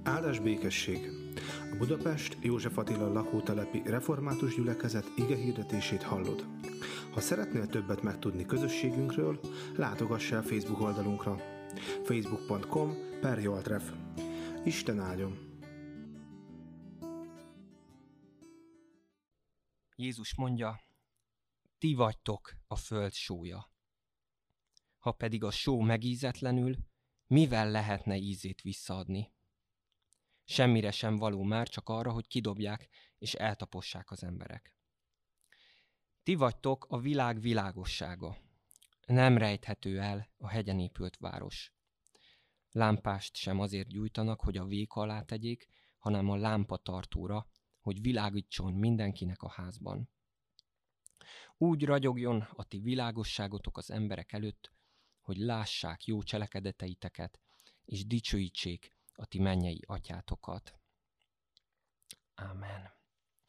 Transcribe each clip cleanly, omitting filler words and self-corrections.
Áldás békesség! A Budapest József Attila lakótelepi református gyülekezet igehirdetését hallod. Ha szeretnél többet megtudni közösségünkről, látogass el Facebook oldalunkra. facebook.com/Joltref. Isten áldjon! Jézus mondja, ti vagytok a föld sója. Ha pedig a só megízetlenül, mivel lehetne ízét visszaadni? Semmire sem való már, csak arra, hogy kidobják és eltapossák az emberek. Ti vagytok a világ világossága. Nem rejthető el a hegyen épült város. Lámpást sem azért gyújtanak, hogy a véka alá tegyék, hanem a lámpatartóra, hogy világítson mindenkinek a házban. Úgy ragyogjon a ti világosságotok az emberek előtt, hogy lássák jó cselekedeteiteket, és dicsőítsék a ti mennyei atyátokat. Ámen.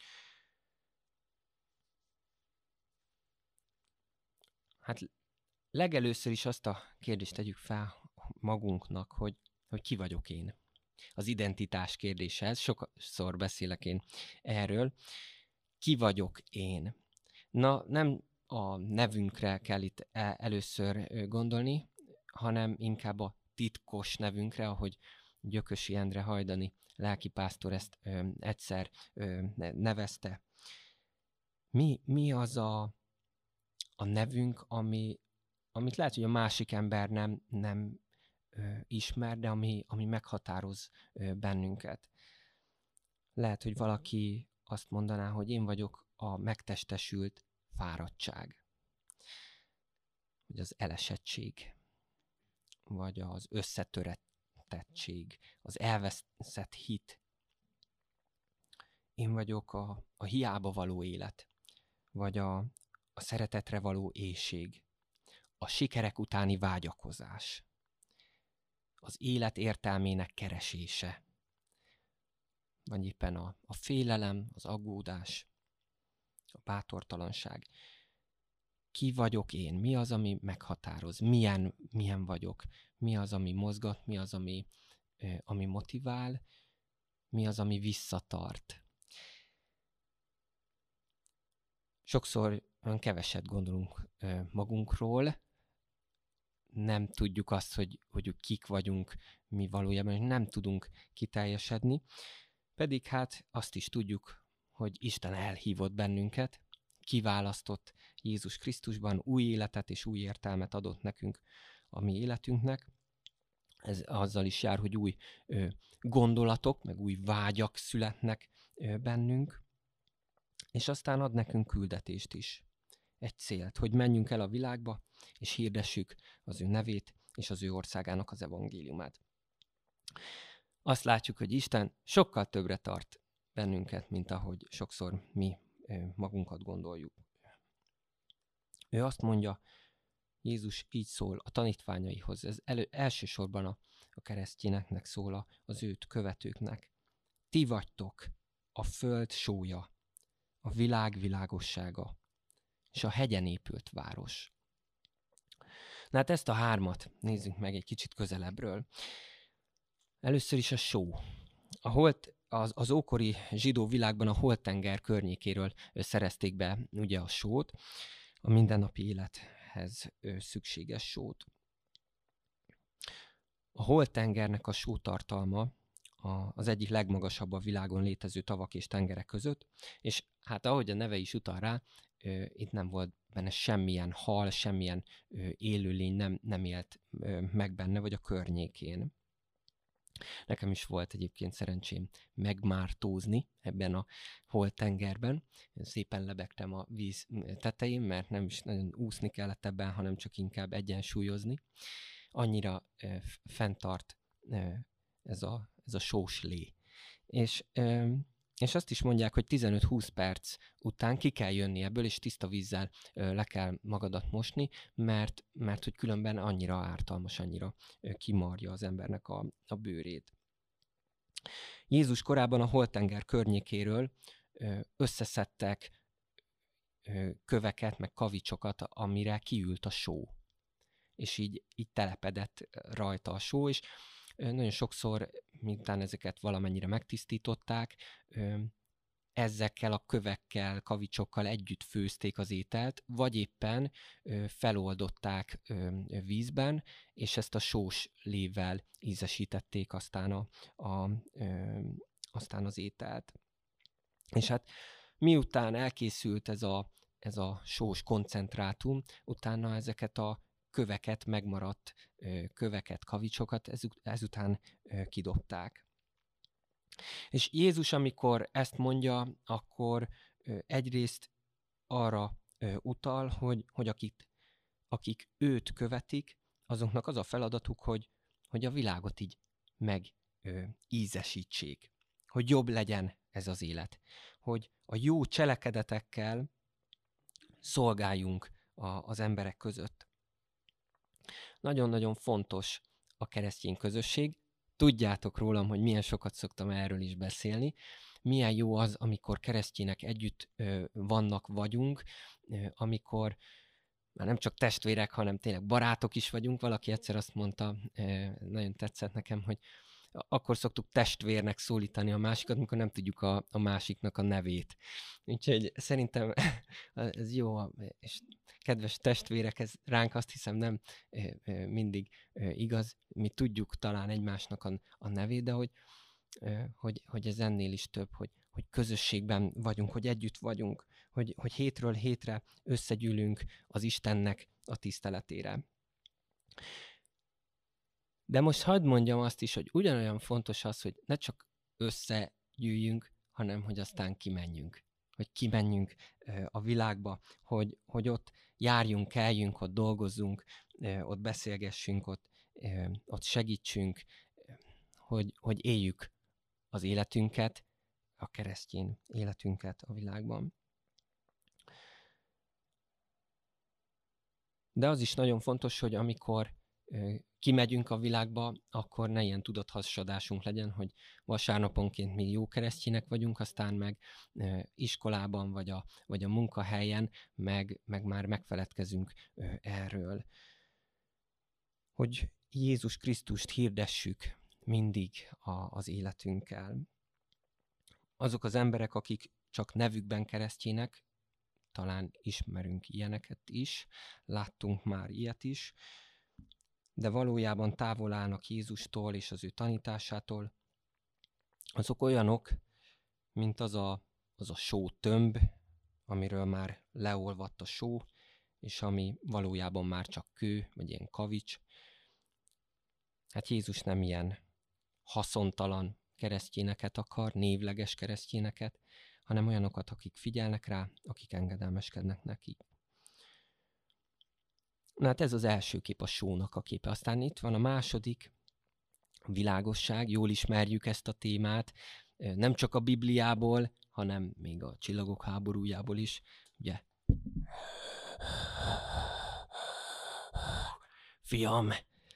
Hát legelőször is azt a kérdést tegyük fel magunknak, hogy ki vagyok én. Az identitás kérdése ez, sokszor beszélek én erről. Ki vagyok én? Na, nem a nevünkre kell itt először gondolni, hanem inkább a titkos nevünkre, ahogy Gyökösi Endre hajdani lelkipásztor ezt egyszer nevezte. Mi az a nevünk, amit lehet, hogy a másik ember nem ismer, de ami meghatároz bennünket. Lehet, hogy valaki azt mondaná, hogy én vagyok a megtestesült fáradtság, vagy az elesettség, vagy az összetörettség, az elveszett hit. Én vagyok a hiába való élet, vagy a szeretetre való éhség, a sikerek utáni vágyakozás, az élet értelmének keresése, vagy éppen a félelem, az aggódás, a bátortalanság. Ki vagyok én? Mi az, ami meghatároz? Milyen vagyok? Mi az, ami mozgat? Mi az, ami motivál? Mi az, ami visszatart? Sokszor olyan keveset gondolunk magunkról, nem tudjuk azt, hogy kik vagyunk mi valójában, nem tudunk kiteljesedni, pedig hát azt is tudjuk, hogy Isten elhívott bennünket, kiválasztott Jézus Krisztusban, új életet és új értelmet adott nekünk a mi életünknek. Ez azzal is jár, hogy új gondolatok, meg új vágyak születnek bennünk, és aztán ad nekünk küldetést is. Egy célt, hogy menjünk el a világba, és hirdessük az ő nevét és az ő országának az evangéliumát. Azt látjuk, hogy Isten sokkal többre tart bennünket, mint ahogy sokszor mi magunkat gondoljuk. Ő azt mondja, Jézus így szól a tanítványaihoz, ez elsősorban a keresztényeknek szól, az őt követőknek. Ti vagytok a föld sója, a világ világossága, és a hegyen épült város. Na hát ezt a hármat nézzük meg egy kicsit közelebbről. Először is a só. Az ókori zsidó világban a Holtenger környékéről szerezték be ugye a sót, a mindennapi élethez szükséges sót. A Holtengernek a sótartalma az egyik legmagasabb a világon létező tavak és tengerek között, és hát ahogy a neve is utal rá, itt nem volt benne semmilyen hal, semmilyen élőlény nem élt meg benne, vagy a környékén. Nekem is volt egyébként szerencsém megmártózni ebben a Holtengerben. Szépen lebegtem a víz tetején, mert nem is nagyon úszni kellett ebben, hanem csak inkább egyensúlyozni. Annyira fenntart ez a sós lé. És azt is mondják, hogy 15-20 perc után ki kell jönni ebből, és tiszta vízzel le kell magadat mosni, mert hogy különben annyira ártalmas, annyira kimarja az embernek a bőrét. Jézus korában a Holtenger környékéről összeszedtek köveket, meg kavicsokat, amire kiült a só. És így telepedett rajta a só, és nagyon sokszor miután ezeket valamennyire megtisztították, ezekkel a kövekkel, kavicsokkal együtt főzték az ételt, vagy éppen feloldották vízben, és ezt a sós lévvel ízesítették aztán az ételt. És hát miután elkészült ez a sós koncentrátum, utána ezeket a köveket, megmaradt köveket, kavicsokat ezután kidobták. És Jézus, amikor ezt mondja, akkor egyrészt arra utal, hogy akik őt követik, azoknak az a feladatuk, hogy a világot így megízesítsék, hogy jobb legyen ez az élet, hogy a jó cselekedetekkel szolgáljunk az emberek között. Nagyon-nagyon fontos a keresztény közösség. Tudjátok rólam, hogy milyen sokat szoktam erről is beszélni. Milyen jó az, amikor keresztjének együtt vagyunk, amikor már nem csak testvérek, hanem tényleg barátok is vagyunk. Valaki egyszer azt mondta, nagyon tetszett nekem, hogy akkor szoktuk testvérnek szólítani a másikat, amikor nem tudjuk a másiknak a nevét. Úgyhogy szerintem ez jó, és kedves testvérek, ez ránk azt hiszem nem mindig igaz. Mi tudjuk talán egymásnak a nevét, de hogy ez ennél is több, hogy közösségben vagyunk, hogy együtt vagyunk, hogy hétről hétre összegyűlünk az Istennek a tiszteletére. De most hadd mondjam azt is, hogy ugyanolyan fontos az, hogy ne csak összegyűjjünk, hanem hogy aztán kimenjünk. Hogy kimenjünk a világba, hogy ott járjunk, keljünk, ott dolgozzunk, ott beszélgessünk, ott segítsünk, hogy éljük az életünket, a keresztény életünket a világban. De az is nagyon fontos, hogy amikor kimegyünk a világba, akkor ne ilyen tudathassadásunk legyen, hogy vasárnaponként mi jó keresztjének vagyunk, aztán meg iskolában vagy a munkahelyen meg már megfeledkezünk erről. Hogy Jézus Krisztust hirdessük mindig az életünkkel. Azok az emberek, akik csak nevükben keresztjének, talán ismerünk ilyeneket is, láttunk már ilyet is, de valójában távol állnak Jézustól és az ő tanításától, azok olyanok, mint az a sótömb, amiről már leolvadt a só, és ami valójában már csak kő, vagy ilyen kavics. Hát Jézus nem ilyen haszontalan keresztjéneket akar, névleges keresztjéneket, hanem olyanokat, akik figyelnek rá, akik engedelmeskednek neki. Na hát ez az első kép, a sónak a képe. Aztán itt van a második, a világosság. Jól ismerjük ezt a témát, nem csak a Bibliából, hanem még a Csillagok háborújából is. Ugye? Fiam,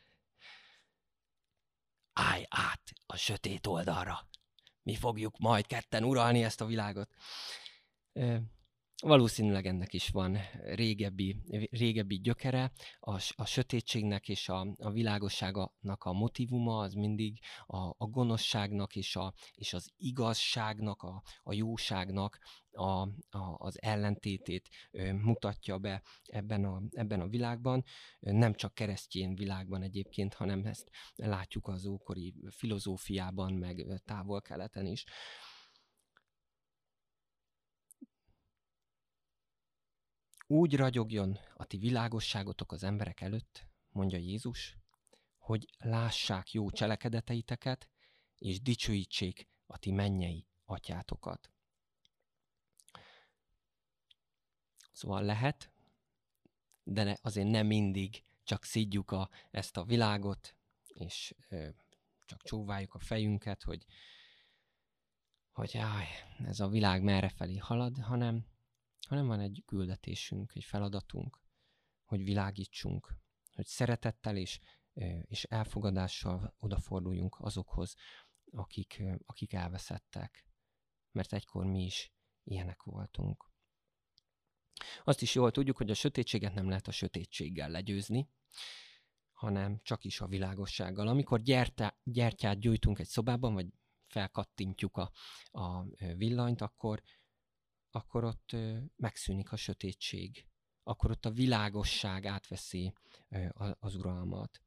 állj át a sötét oldalra. Mi fogjuk majd ketten uralni ezt a világot. Valószínűleg ennek is van régebbi gyökere, a sötétségnek és a világosságnak a motívuma az mindig a gonoszságnak és az igazságnak, a jóságnak az ellentétét mutatja be ebben a világban. Nem csak keresztény világban egyébként, hanem ezt látjuk az ókori filozófiában, meg távol-keleten is. Úgy ragyogjon a ti világosságotok az emberek előtt, mondja Jézus, hogy lássák jó cselekedeteiteket, és dicsőítsék a ti mennyei atyátokat. Szóval lehet, de azért nem mindig csak szidjuk ezt a világot, és csak csóváljuk a fejünket, hogy jaj, ez a világ merrefelé halad, hanem van egy küldetésünk, egy feladatunk, hogy világítsunk, hogy szeretettel és elfogadással odaforduljunk azokhoz, akik elveszettek, mert egykor mi is ilyenek voltunk. Azt is jól tudjuk, hogy a sötétséget nem lehet a sötétséggel legyőzni, hanem csak is a világossággal. Amikor gyertyát gyújtunk egy szobában, vagy felkattintjuk a villanyt, akkor ott megszűnik a sötétség. Akkor ott a világosság átveszi az uralmat.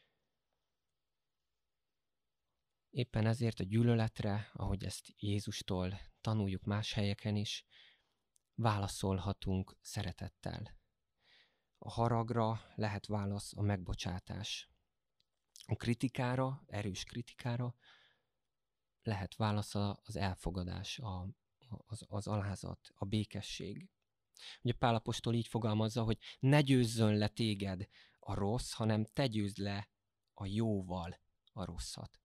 Éppen ezért a gyűlöletre, ahogy ezt Jézustól tanuljuk más helyeken is, válaszolhatunk szeretettel. A haragra lehet válasz a megbocsátás. A kritikára, erős kritikára lehet válasz az elfogadás, az alázat, a békesség. Ugye Pál apostol így fogalmazza, hogy ne győzzön le téged a rossz, hanem te győzd le a jóval a rosszat.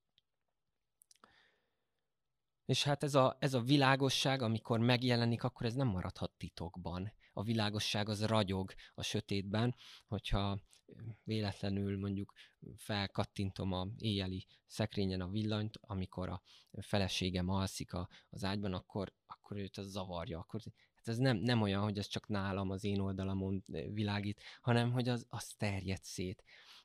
És hát ez a világosság, amikor megjelenik, akkor ez nem maradhat titokban. A világosság az ragyog a sötétben, hogyha véletlenül mondjuk felkattintom a éjjeli szekrényen a villanyt, amikor a feleségem alszik az ágyban, akkor őt az zavarja. Hát ez nem olyan, hogy ez csak nálam, az én oldalamon világít, hanem hogy az terjed szét.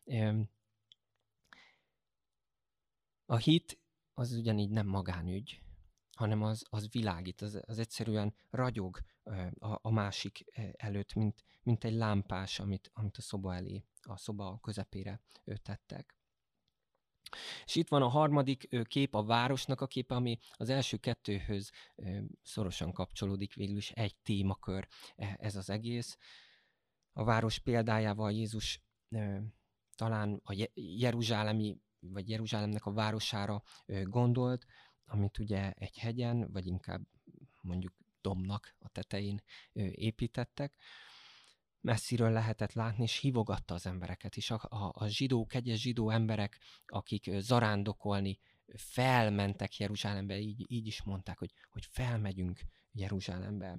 A hit az ugyanígy nem magánügy, hanem az világít, az egyszerűen ragyog a másik előtt, mint egy lámpás, amit a szoba elé, a szoba közepére tettek. És itt van a harmadik kép, a városnak a képe, ami az első kettőhöz szorosan kapcsolódik, végül is egy témakör ez az egész. A város példájával Jézus talán a Jeruzsálemnek a városára gondolt, amit ugye egy hegyen, vagy inkább mondjuk dombnak a tetején építettek. Messziről lehetett látni, és hívogatta az embereket is. A zsidók, egyes zsidó emberek, akik zarándokolni felmentek Jeruzsálembe, így is mondták, hogy felmegyünk Jeruzsálembe.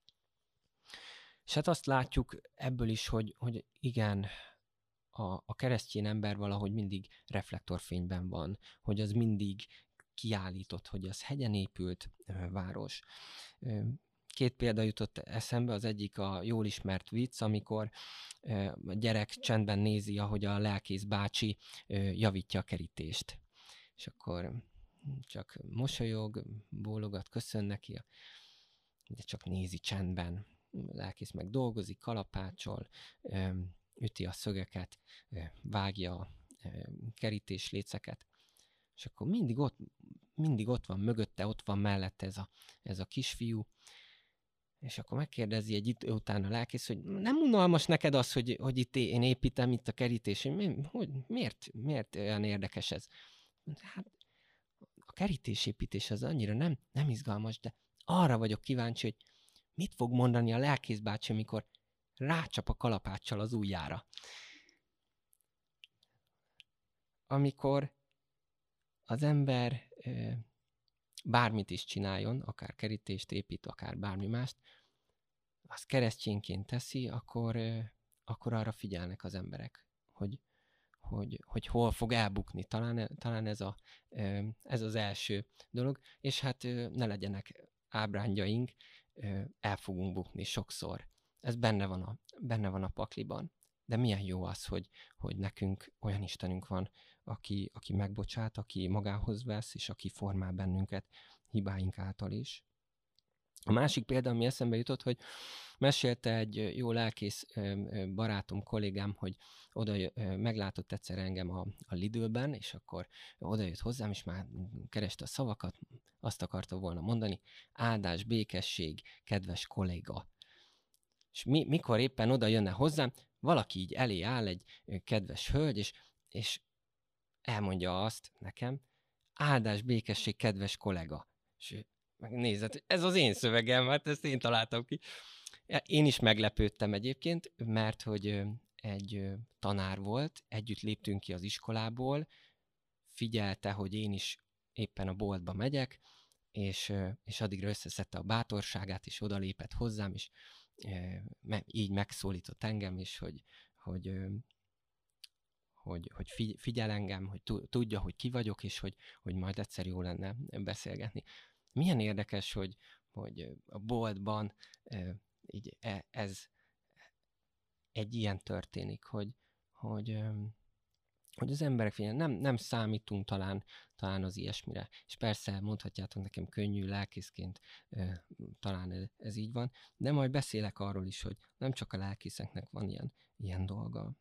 És hát azt látjuk ebből is, hogy igen, a keresztény ember valahogy mindig reflektorfényben van, hogy az mindig kiállított, hogy az hegyen épült város. Két példa jutott eszembe, az egyik a jól ismert vicc, amikor a gyerek csendben nézi, ahogy a lelkész bácsi javítja a kerítést. És akkor csak mosolyog, bólogat, köszön neki, de csak nézi csendben. A lelkész meg dolgozik, kalapácsol, üti a szögeket, vágja a kerítésléceket. És akkor mindig ott van mögötte, ott van mellette ez a kisfiú, és akkor megkérdezi egy idő után a lelkész, hogy nem unalmas neked az, hogy itt én építem itt a kerítés, miért olyan érdekes ez? Hát a kerítésépítés az annyira nem izgalmas, de arra vagyok kíváncsi, hogy mit fog mondani a lelkész bácsi, amikor rácsap a kalapáccsal az ujjára. Amikor az ember bármit is csináljon, akár kerítést épít, akár bármi mást, azt keresztényként teszi, akkor arra figyelnek az emberek, hogy hol fog elbukni. Talán ez az első dolog, és hát ne legyenek ábrándjaink, el fogunk bukni sokszor. Ez benne van a pakliban. De milyen jó az, hogy nekünk olyan Istenünk van, aki megbocsát, aki magához vesz, és aki formál bennünket hibáink által is. A másik példa, ami eszembe jutott, hogy mesélte egy jó lelkész barátom, kollégám, hogy oda meglátott egyszer engem a Lidlben, és akkor oda jött hozzám, és már kereste a szavakat, azt akarta volna mondani, áldás, békesség, kedves kolléga. És mikor éppen oda jönne hozzám, valaki így elé áll, egy kedves hölgy, és elmondja azt nekem, áldás, békesség, kedves kollega. És megnézed, ez az én szövegem, hát ezt én találtam ki. Én is meglepődtem egyébként, mert hogy egy tanár volt, együtt léptünk ki az iskolából, figyelte, hogy én is éppen a boltba megyek, és addigra összeszedte a bátorságát, és odalépett hozzám, és így megszólított engem is, hogy figyel engem, hogy tudja, hogy ki vagyok, és hogy majd egyszer jó lenne beszélgetni. Milyen érdekes, hogy a boltban így ez egy ilyen történik, hogy az emberek nem számítunk talán az ilyesmire. És persze mondhatjátok nekem könnyű lelkészként, talán ez így van, de majd beszélek arról is, hogy nem csak a lelkészeknek van ilyen dolga.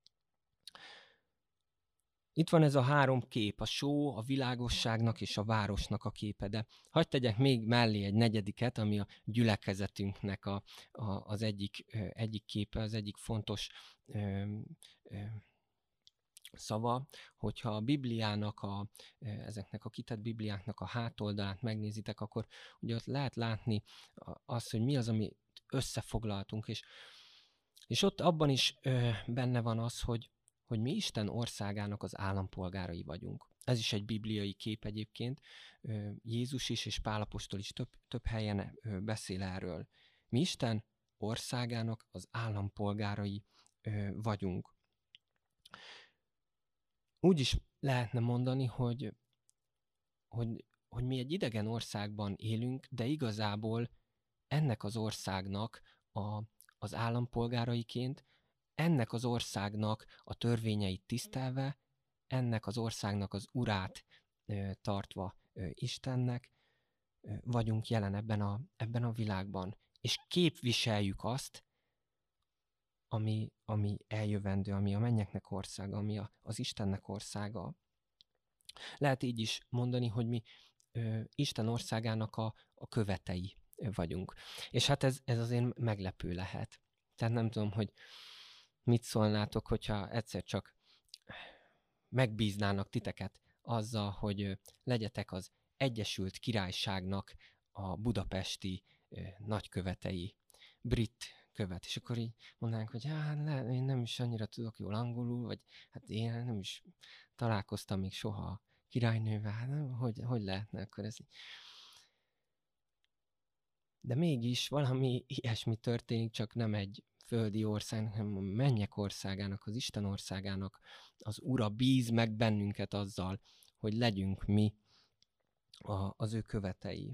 Itt van ez a 3 kép, a só, a világosságnak és a városnak a képe, de hadd tegyek még mellé egy negyediket, ami a gyülekezetünknek az egyik képe, az egyik fontos szava, hogyha a Bibliának, ezeknek a kitett Bibliáknak a hátoldalát megnézitek, akkor ugye ott lehet látni azt, hogy mi az, ami összefoglaltunk, és ott abban is benne van az, hogy mi Isten országának az állampolgárai vagyunk. Ez is egy bibliai kép egyébként. Jézus is és Pál apostol is több helyen beszél erről. Mi Isten országának az állampolgárai vagyunk. Úgy is lehetne mondani, hogy mi egy idegen országban élünk, de igazából ennek az országnak az állampolgáraiként, ennek az országnak a törvényeit tisztelve, ennek az országnak az urát tartva Istennek vagyunk jelen ebben a világban. És képviseljük azt, ami eljövendő, ami a mennyeknek országa, ami az Istennek országa. Lehet így is mondani, hogy mi Isten országának a követei vagyunk. És hát ez azért meglepő lehet. Tehát nem tudom, hogy mit szólnátok, hogyha egyszer csak megbíznának titeket azzal, hogy legyetek az Egyesült Királyságnak a budapesti nagykövetei, brit követ, és akkor így mondanánk, hogy én nem is annyira tudok jól angolul, vagy hát én nem is találkoztam még soha a királynővel, hát hogy lehetne akkor ez? De mégis valami ilyesmi történik, csak nem egy földi országnak, hanem a mennyek országának, az Isten országának az Ura bíz meg bennünket azzal, hogy legyünk mi az ő követei.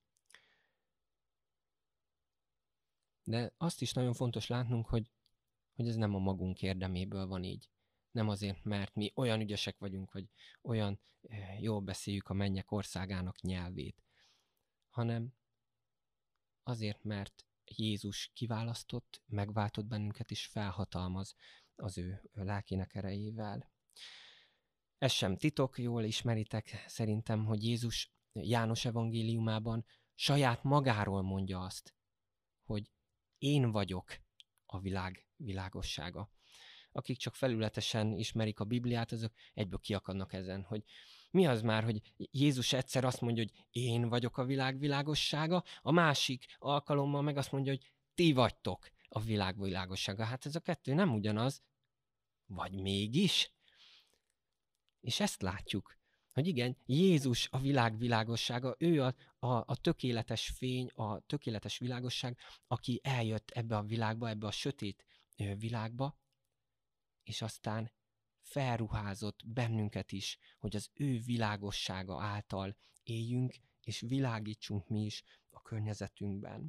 De azt is nagyon fontos látnunk, hogy ez nem a magunk érdeméből van így. Nem azért, mert mi olyan ügyesek vagyunk, hogy olyan jól beszéljük a mennyek országának nyelvét, hanem azért, mert Jézus kiválasztott, megváltott bennünket és felhatalmaz az ő lelkének erejével. Ez sem titok, jól ismeritek szerintem, hogy Jézus János evangéliumában saját magáról mondja azt, hogy én vagyok a világ világossága. Akik csak felületesen ismerik a Bibliát, azok egyből kiakadnak ezen, hogy mi az már, hogy Jézus egyszer azt mondja, hogy én vagyok a világ világossága, a másik alkalommal meg azt mondja, hogy ti vagytok a világ világossága. Hát ez a kettő nem ugyanaz, vagy mégis? És ezt látjuk, hogy igen, Jézus a világ világossága, ő a tökéletes fény, a tökéletes világosság, aki eljött ebbe a világba, ebbe a sötét világba, és aztán felruházott bennünket is, hogy az ő világossága által éljünk, és világítsunk mi is a környezetünkben.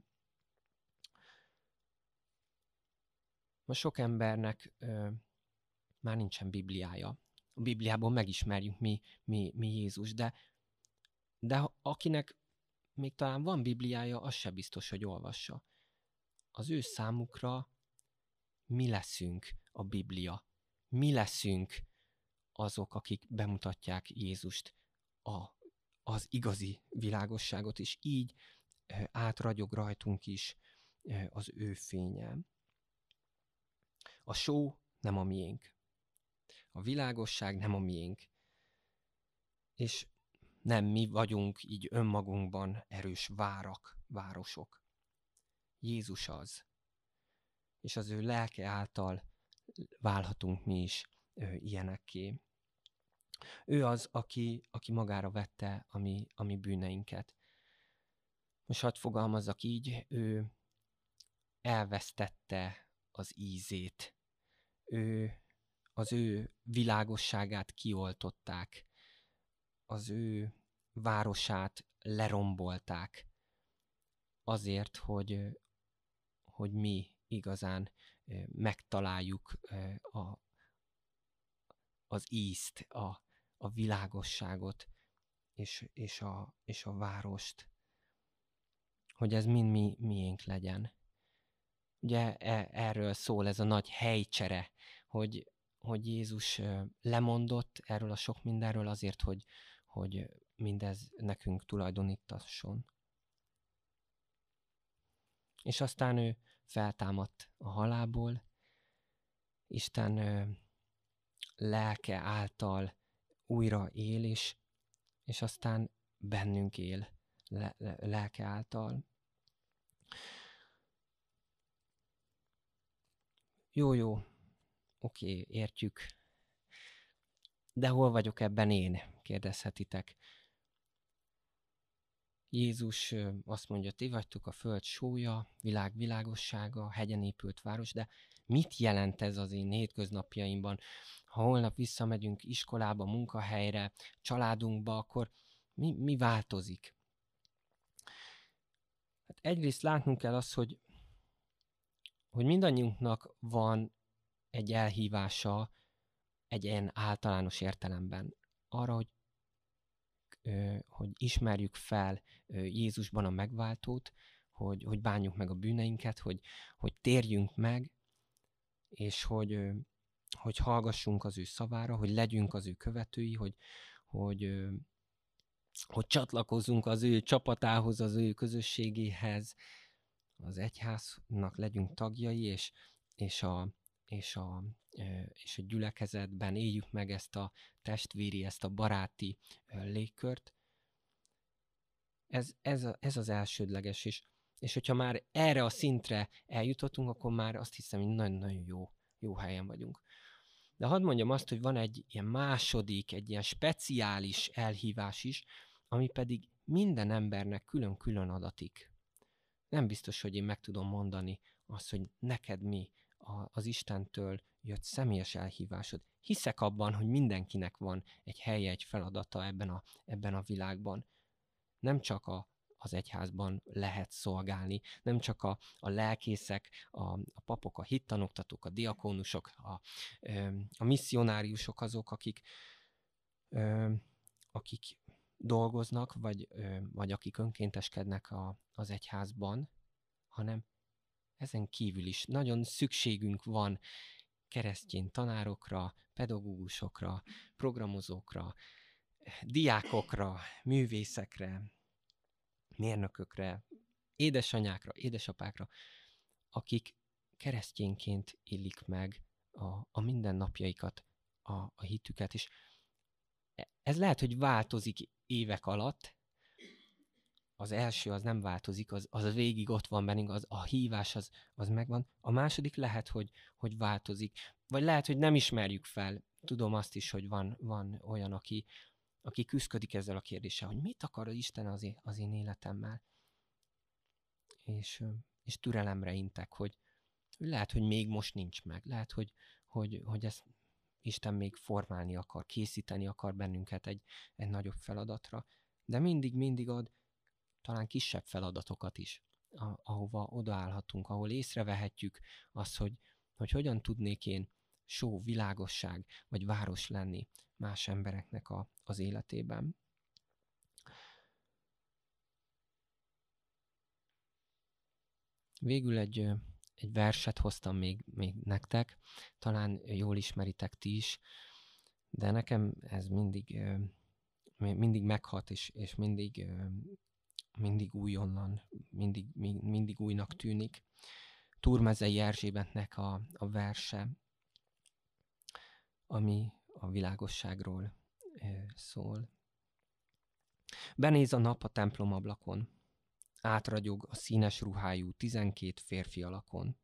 Ma sok embernek már nincsen Bibliája. A Bibliából megismerjük mi Jézus, de akinek még talán van Bibliája, az se biztos, hogy olvassa. Az ő számukra mi leszünk a Biblia. Mi leszünk azok, akik bemutatják Jézust, az igazi világosságot, és így átragyog rajtunk is az ő fénye. A só nem a miénk. A világosság nem a miénk. És nem mi vagyunk így önmagunkban erős városok. Jézus az. És az ő lelke által válhatunk mi is ilyenekké. Ő az, aki magára vette a mi bűneinket. Most hadd fogalmazzak így, ő elvesztette az ízét. Az ő világosságát kioltották. Az ő városát lerombolták. Azért, hogy mi igazán megtaláljuk az ízt, a világosságot és a várost, hogy ez mind miénk legyen. Ugye erről szól ez a nagy helycsere, hogy Jézus lemondott erről a sok mindenről azért, hogy mindez nekünk tulajdonítasson. És aztán ő feltámadt a halálból, Isten lelke által újra él, és aztán bennünk él lelke által. Jó, oké, értjük. De hol vagyok ebben én? Kérdezhetitek. Jézus azt mondja, ti vagytok a föld sója, világ világossága, hegyen épült város, de mit jelent ez az én hétköznapjaimban? Ha holnap visszamegyünk iskolába, munkahelyre, családunkba, akkor mi változik? Hát egyrészt látnunk kell azt, hogy mindannyiunknak van egy elhívása egy ilyen általános értelemben arra, hogy ismerjük fel Jézusban a megváltót, hogy bánjuk meg a bűneinket, hogy térjünk meg, és hogy hallgassunk az ő szavára, hogy legyünk az ő követői, hogy csatlakozzunk az ő csapatához, az ő közösségéhez, az egyháznak legyünk tagjai, és a gyülekezetben éljük meg ezt a testvéri, ezt a baráti légkört. Ez az elsődleges is. És hogyha már erre a szintre eljutottunk, akkor már azt hiszem, hogy nagyon-nagyon jó helyen vagyunk. De hadd mondjam azt, hogy van egy ilyen második, egy ilyen speciális elhívás is, ami pedig minden embernek külön-külön adatik. Nem biztos, hogy én meg tudom mondani azt, hogy neked mi az Istentől jött személyes elhívásod. Hiszek abban, hogy mindenkinek van egy helye, egy feladata ebben a világban. Nem csak az egyházban lehet szolgálni, nem csak a lelkészek, a papok, a hittanoktatók, a diakónusok, a misszionáriusok azok, akik dolgoznak, vagy akik önkénteskednek az egyházban, hanem ezen kívül is nagyon szükségünk van keresztény tanárokra, pedagógusokra, programozókra, diákokra, művészekre, mérnökökre, édesanyákra, édesapákra, akik keresztényként élik meg a mindennapjaikat, a hitüket. És ez lehet, hogy változik évek alatt. Az első az nem változik, az végig ott van bennünk, a hívás az megvan. A második lehet, hogy változik. Vagy lehet, hogy nem ismerjük fel. Tudom azt is, hogy van olyan, aki küszködik ezzel a kérdéssel, hogy mit akar az Isten az én életemmel. És türelemre intek, hogy lehet, hogy még most nincs meg. Lehet, hogy ezt Isten még formálni akar, készíteni akar bennünket egy nagyobb feladatra. De mindig ad talán kisebb feladatokat is, ahova odaállhatunk, ahol észrevehetjük azt, hogy hogyan tudnék én só, világosság vagy város lenni más embereknek az életében. Végül egy verset hoztam még nektek, talán jól ismeritek ti is, de nekem ez mindig meghat, és mindig újonnan, mindig újnak tűnik. Turmezei Erzsébetnek a verse, ami a világosságról szól. Benéz a nap a templom ablakon, átragyog a színes ruhájú 12 férfi alakon.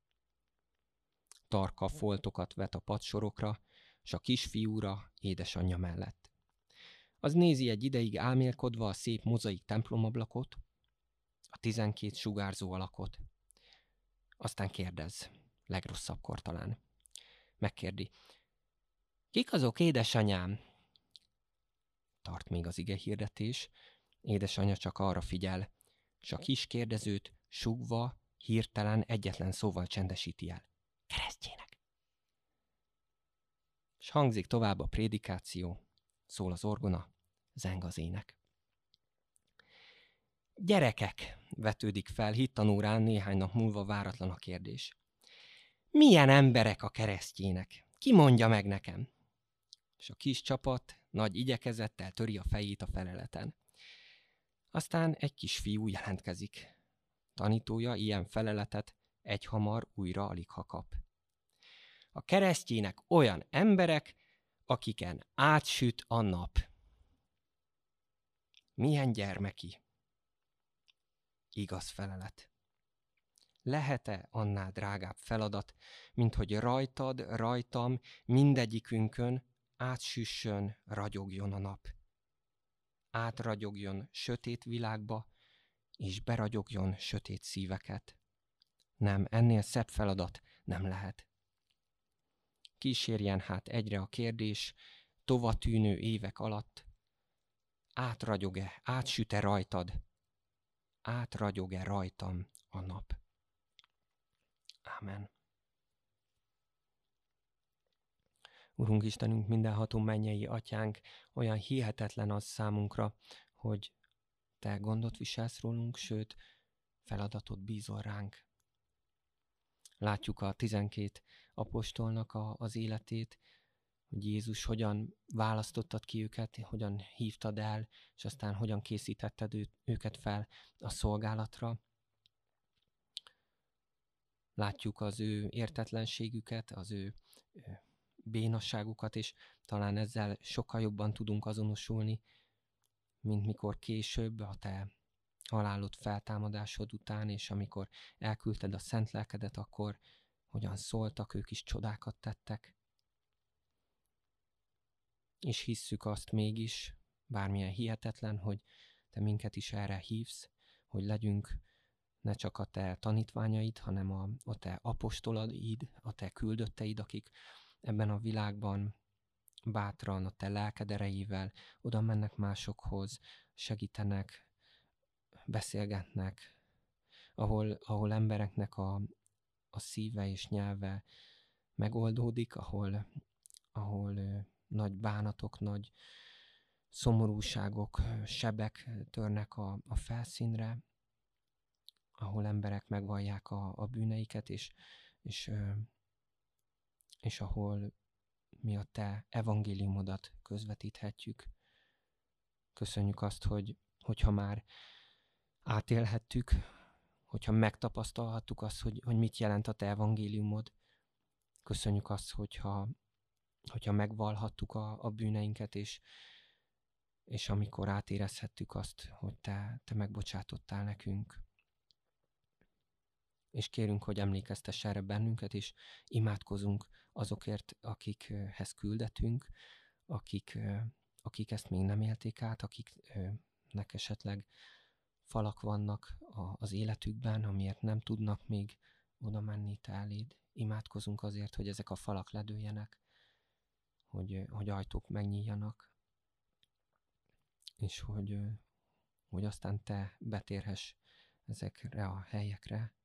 Tarka foltokat vet a padsorokra, s a kisfiúra édesanyja mellett. Az nézi egy ideig álmélkodva a szép mozaik templomablakot, a 12 sugárzó alakot. Aztán kérdez, legrosszabbkor talán. Megkérdi, kik azok, édesanyám? Tart még az igehirdetés, édesanyja csak arra figyel, s a kis kérdezőt sugva, hirtelen egyetlen szóval csendesíti el. Keresztjének! És hangzik tovább a prédikáció, szól az orgona, zeng az ének. Gyerekek, vetődik fel hittanórán néhány nap múlva váratlan a kérdés. Milyen emberek a keresztjének? Ki mondja meg nekem? És a kis csapat nagy igyekezettel töri a fejét a feleleten. Aztán egy kis fiú jelentkezik. Tanítója ilyen feleletet egyhamar újra aligha kap. A keresztjének olyan emberek, akiken átsüt a nap. Milyen gyermeki? Igaz felelet. Lehet-e annál drágább feladat, mint hogy rajtad, rajtam, mindegyikünkön átsüssön, ragyogjon a nap. Átragyogjon sötét világba, és beragyogjon sötét szíveket. Nem, ennél szebb feladat nem lehet. Kísérjen hát egyre a kérdés, tovatűnő évek alatt, átragyog-e, átsüt-e rajtad, átragyog-e rajtam a nap. Ámen. Urunk Istenünk, mindenható mennyei atyánk, olyan hihetetlen az számunkra, hogy te gondot viselsz rólunk, sőt, feladatot bízol ránk. Látjuk a 12 apostolnak az életét, hogy Jézus hogyan választottad ki őket, hogyan hívtad el, és aztán hogyan készítetted őket fel a szolgálatra. Látjuk az ő értetlenségüket, az ő bénasságukat, és talán ezzel sokkal jobban tudunk azonosulni, mint mikor később a te halálod, feltámadásod után, és amikor elküldted a szent lelkedet, akkor hogyan szóltak, ők is csodákat tettek. És hisszük azt mégis, bármilyen hihetetlen, hogy te minket is erre hívsz, hogy legyünk ne csak a te tanítványaid, hanem a te apostolaid, a te küldötteid, akik ebben a világban bátran, a te lelked erejével oda mennek másokhoz, segítenek, beszélgetnek, ahol embereknek a szíve és nyelve megoldódik, ahol nagy bánatok, nagy szomorúságok, sebek törnek a felszínre, ahol emberek megvallják a bűneiket, és ahol mi a te evangéliumodat közvetíthetjük. Köszönjük azt, hogyha már átélhettük, hogyha megtapasztalhattuk azt, hogy mit jelent a te evangéliumod. Köszönjük azt, hogyha megvallhattuk a bűneinket, és amikor átérezhettük azt, hogy te megbocsátottál nekünk. És kérünk, hogy emlékeztess erre bennünket, és imádkozunk azokért, akikhez küldetünk, akik ezt még nem élték át, akiknek esetleg falak vannak az életükben, amiért nem tudnak még oda menni te eléd. Imádkozunk azért, hogy ezek a falak ledőljenek, hogy ajtók megnyíljanak, és hogy aztán te betérhess ezekre a helyekre.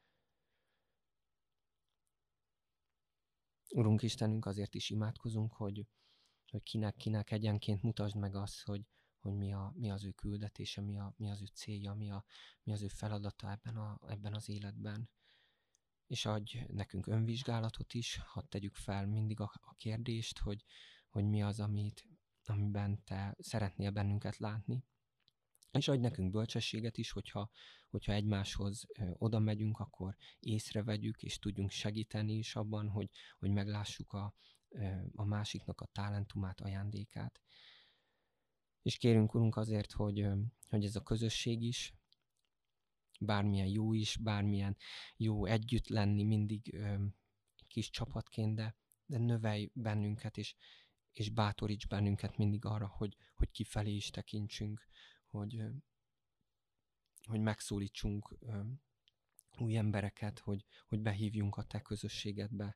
Urunk Istenünk, azért is imádkozunk, hogy kinek egyenként mutasd meg azt, hogy mi az ő küldetése, mi az ő célja, mi az ő feladata ebben az életben. És adj nekünk önvizsgálatot is, hadd tegyük fel mindig a kérdést, hogy mi az, amiben te szeretnél bennünket látni. És adj nekünk bölcsességet is, hogyha egymáshoz oda megyünk, akkor észrevegyük, és tudjunk segíteni is abban, hogy meglássuk a másiknak a talentumát, ajándékát. És kérünk, Urunk, azért, hogy ez a közösség is, bármilyen jó is, bármilyen jó együtt lenni mindig kis csapatként, de növelj bennünket, és bátoríts bennünket mindig arra, hogy kifelé is tekintsünk, hogy megszólítsunk új embereket, hogy behívjunk a te közösségedbe.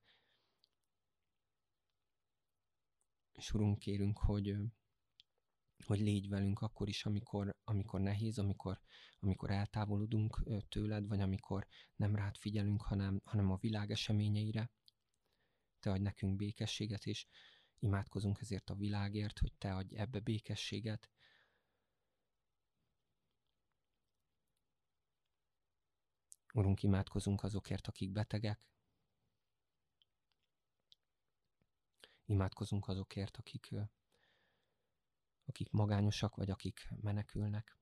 És Urunk, kérünk, hogy légy velünk akkor is, amikor nehéz, amikor eltávolodunk tőled, vagy amikor nem rád figyelünk, hanem a világ eseményeire. Te adj nekünk békességet, és Imádkozunk ezért a világért, hogy Te adj ebbe békességet. Urunk, imádkozunk azokért, akik betegek. Imádkozunk azokért, akik magányosak, vagy akik menekülnek.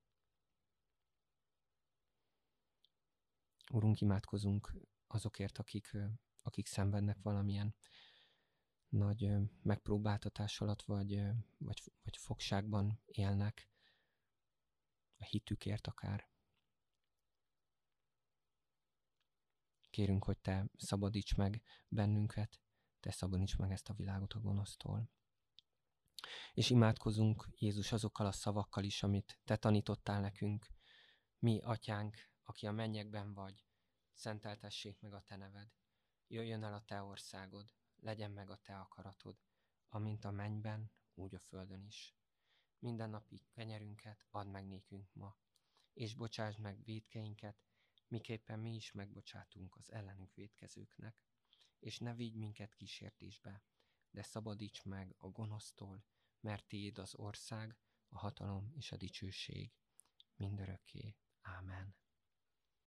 Urunk, imádkozunk azokért, akik szenvednek valamilyen nagy megpróbáltatás alatt, vagy fogságban élnek, a hitükért akár. Kérünk, hogy Te szabadíts meg bennünket, Te szabadíts meg ezt a világot a gonosztól. És imádkozunk, Jézus, azokkal a szavakkal is, amit Te tanítottál nekünk. Mi, Atyánk, aki a mennyekben vagy, szenteltessék meg a Te neved. Jöjjön el a Te országod, legyen meg a Te akaratod, amint a mennyben, úgy a földön is. Mindennapi kenyerünket add meg nékünk ma, és bocsásd meg vétkeinket, miképpen mi is megbocsátunk az ellenünk vétkezőknek. És ne vigy minket kísértésbe, de szabadíts meg a gonosztól, mert Tiéd az ország, a hatalom és a dicsőség mindörökké. Ámen.